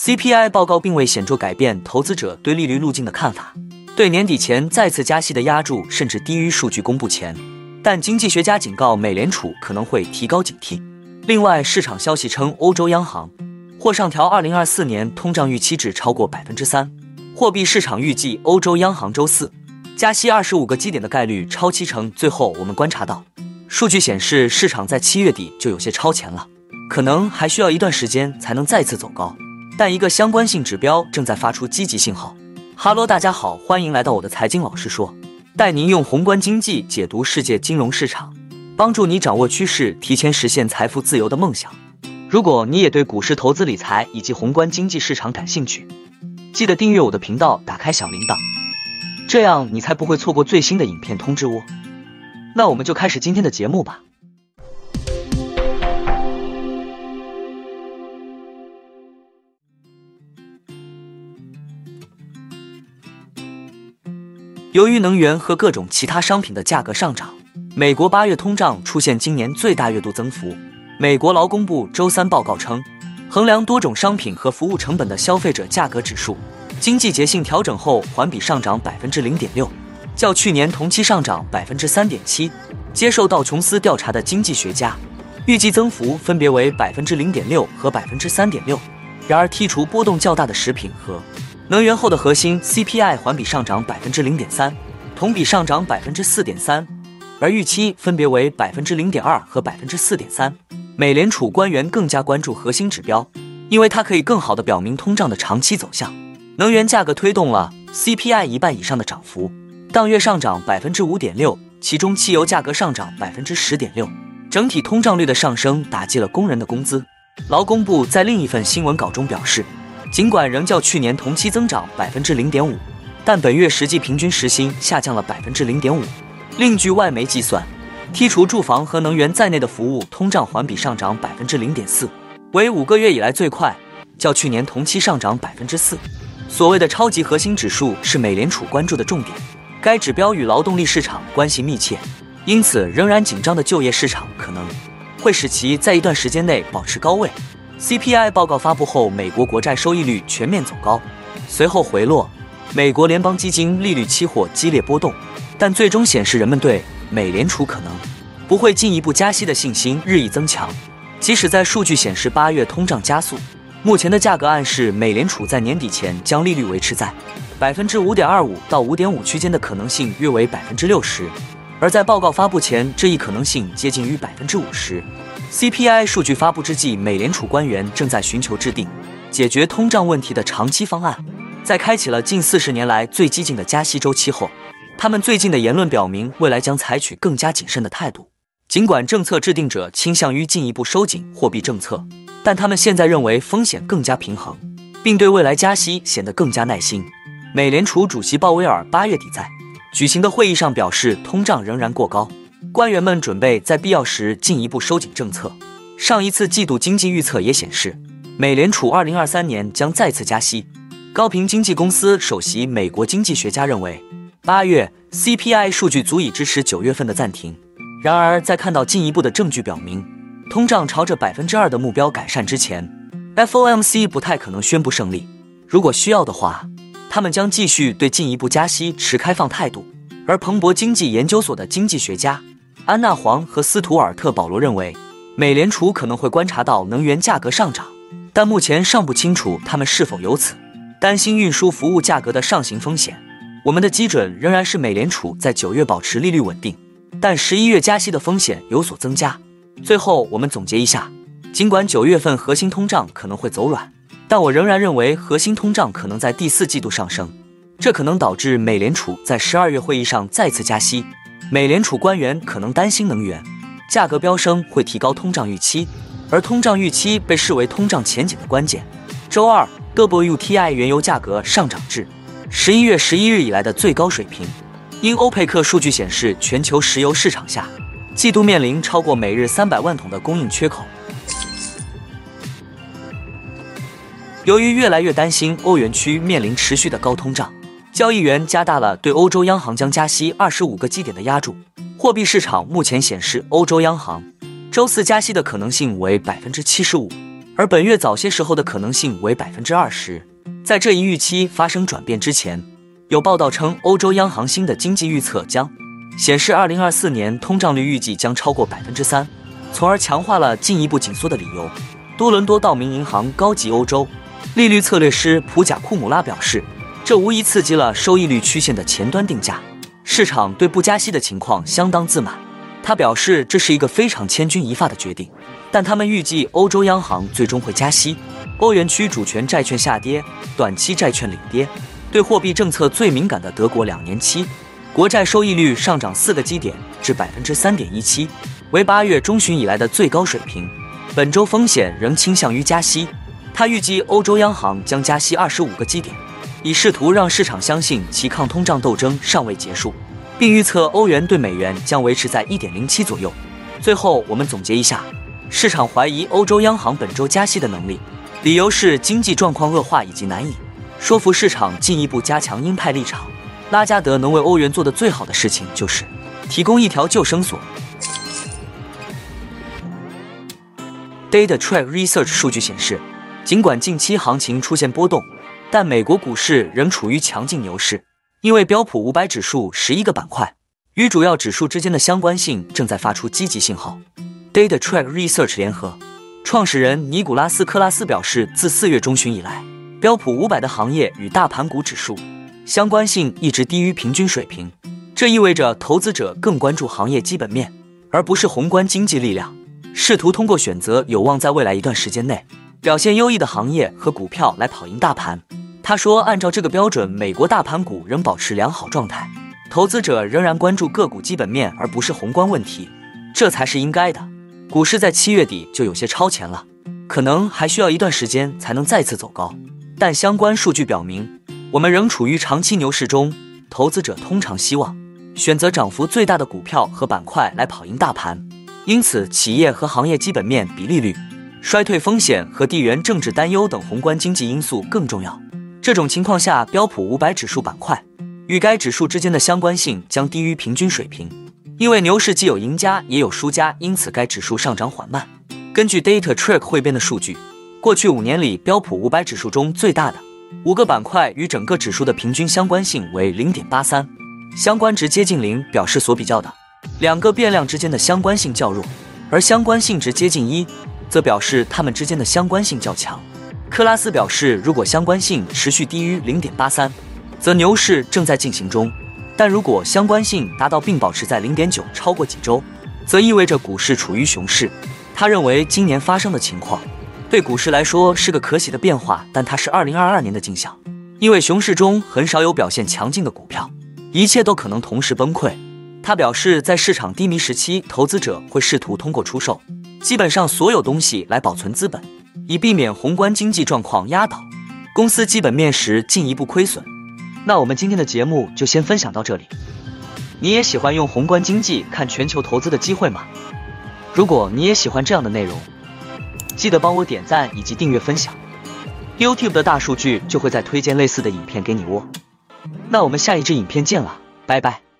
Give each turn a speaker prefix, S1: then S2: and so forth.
S1: CPI 报告并未显著改变投资者对利率路径的看法，对年底前再次加息的压注甚至低于数据公布前。但经济学家警告美联储可能会提高警惕。另外，市场消息称欧洲央行或上调2024年通胀预期至超过 3%。货币市场预计欧洲央行周四加息25个基点的概率超70%。最后我们观察到，数据显示市场在7月底就有些超前了，可能还需要一段时间才能再次走高，但一个相关性指标正在发出积极信号。哈喽，大家好，欢迎来到我的财经老师说，带您用宏观经济解读世界金融市场，帮助你掌握趋势，提前实现财富自由的梦想。如果你也对股市投资理财以及宏观经济市场感兴趣，记得订阅我的频道，打开小铃铛，这样你才不会错过最新的影片通知哦。那我们就开始今天的节目吧。由于能源和各种其他商品的价格上涨，美国8月通胀出现今年最大月度增幅。美国劳工部周三报告称，衡量多种商品和服务成本的消费者价格指数，经季节性调整后环比上涨 0.6%， 较去年同期上涨 3.7%。接受道琼斯调查的经济学家预计增幅分别为 0.6% 和 3.6%。然而，剔除波动较大的食品和能源后的核心 CPI 环比上涨 0.3%， 同比上涨 4.3%， 而预期分别为 0.2% 和 4.3%。美联储官员更加关注核心指标，因为它可以更好地表明通胀的长期走向。能源价格推动了 CPI 一半以上的涨幅，当月上涨 5.6%， 其中汽油价格上涨 10.6%。整体通胀率的上升打击了工人的工资。劳工部在另一份新闻稿中表示，尽管仍较去年同期增长 0.5%， 但本月实际平均时薪下降了 0.5%。另据外媒计算，剔除住房和能源在内的服务通胀环比上涨 0.4%， 为5个月以来最快，较去年同期上涨 4%。所谓的超级核心指数是美联储关注的重点，该指标与劳动力市场关系密切，因此仍然紧张的就业市场可能会使其在一段时间内保持高位。CPI 报告发布后，美国国债收益率全面走高，随后回落。美国联邦基金利率期货激烈波动，但最终显示人们对美联储可能不会进一步加息的信心日益增强。即使在数据显示8月通胀加速，目前的价格暗示美联储在年底前将利率维持在 5.25% 到 5.5% 区间的可能性约为 60%， 而在报告发布前，这一可能性接近于 50%。CPI 数据发布之际，美联储官员正在寻求制定解决通胀问题的长期方案。在开启了近40年来最激进的加息周期后，他们最近的言论表明未来将采取更加谨慎的态度。尽管政策制定者倾向于进一步收紧货币政策，但他们现在认为风险更加平衡，并对未来加息显得更加耐心。美联储主席鲍威尔8月底在举行的会议上表示，通胀仍然过高，官员们准备在必要时进一步收紧政策。上一次季度经济预测也显示，美联储2023年将再次加息。高频经济公司首席美国经济学家认为，8月 CPI 数据足以支持9月份的暂停。然而，在看到进一步的证据表明通胀朝着 2% 的目标改善之前， FOMC 不太可能宣布胜利。如果需要的话，他们将继续对进一步加息持开放态度。而彭博经济研究所的经济学家安娜·黄和斯图尔特·保罗认为，美联储可能会观察到能源价格上涨，但目前尚不清楚他们是否由此担心运输服务价格的上行风险。我们的基准仍然是美联储在9月保持利率稳定，但11月加息的风险有所增加。最后，我们总结一下，尽管9月份核心通胀可能会走软，但我仍然认为核心通胀可能在第4季度上升，这可能导致美联储在12月会议上再次加息。美联储官员可能担心能源价格飙升会提高通胀预期，而通胀预期被视为通胀前景的关键。周二 WTI 原油价格上涨至11月11日以来的最高水平，因欧佩克数据显示全球石油市场下季度面临超过每日300万桶的供应缺口。由于越来越担心欧元区面临持续的高通胀，交易员加大了对欧洲央行将加息25个基点的压注。货币市场目前显示欧洲央行周四加息的可能性为 75%， 而本月早些时候的可能性为 20%。在这一预期发生转变之前，有报道称欧洲央行新的经济预测将显示2024年通胀率预计将超过 3%， 从而强化了进一步紧缩的理由。多伦多道明银行高级欧洲利率策略师普贾库姆拉表示，这无疑刺激了收益率曲线的前端定价，市场对不加息的情况相当自满。他表示这是一个非常千钧一发的决定，但他们预计欧洲央行最终会加息。欧元区主权债券下跌，短期债券领跌。对货币政策最敏感的德国2年期国债收益率上涨4个基点至 3.17%， 为8月中旬以来的最高水平。本周风险仍倾向于加息，他预计欧洲央行将加息25个基点，以试图让市场相信其抗通胀斗争尚未结束，并预测欧元对美元将维持在 1.07 左右。最后我们总结一下，市场怀疑欧洲央行本周加息的能力，理由是经济状况恶化以及难以说服市场进一步加强鹰派立场。拉加德能为欧元做的最好的事情就是提供一条救生索。DataTrack Research 数据显示，尽管近期行情出现波动，但美国股市仍处于强劲牛市，因为标普500指数11个板块与主要指数之间的相关性正在发出积极信号。DataTrack Research 联合创始人尼古拉斯·克拉斯表示，自4月中旬以来，标普500的行业与大盘股指数相关性一直低于平均水平，这意味着投资者更关注行业基本面，而不是宏观经济力量，试图通过选择有望在未来一段时间内表现优异的行业和股票来跑赢大盘。他说，按照这个标准，美国大盘股仍保持良好状态，投资者仍然关注个股基本面而不是宏观问题，这才是应该的。股市在7月底就有些超前了，可能还需要一段时间才能再次走高，但相关数据表明，我们仍处于长期牛市中，投资者通常希望选择涨幅最大的股票和板块来跑赢大盘，因此企业和行业基本面比利率、衰退风险和地缘政治担忧等宏观经济因素更重要。这种情况下，标普500指数板块与该指数之间的相关性将低于平均水平。因为牛市既有赢家也有输家，因此该指数上涨缓慢。根据 DataTrack 汇编的数据，过去5年里，标普500指数中最大的5个板块与整个指数的平均相关性为 0.83， 相关值接近0，表示所比较的2个变量之间的相关性较弱，而相关性值接近1，则表示它们之间的相关性较强。克拉斯表示，如果相关性持续低于 0.83， 则牛市正在进行中，但如果相关性达到并保持在 0.9 超过几周，则意味着股市处于熊市。他认为今年发生的情况对股市来说是个可喜的变化，但它是2022年的镜像，因为熊市中很少有表现强劲的股票，一切都可能同时崩溃。他表示，在市场低迷时期，投资者会试图通过出售基本上所有东西来保存资本，以避免宏观经济状况压倒公司基本面时进一步亏损。那我们今天的节目就先分享到这里。你也喜欢用宏观经济看全球投资的机会吗？如果你也喜欢这样的内容，记得帮我点赞以及订阅分享， YouTube 的大数据就会再推荐类似的影片给你哦。那我们下一支影片见了，拜拜。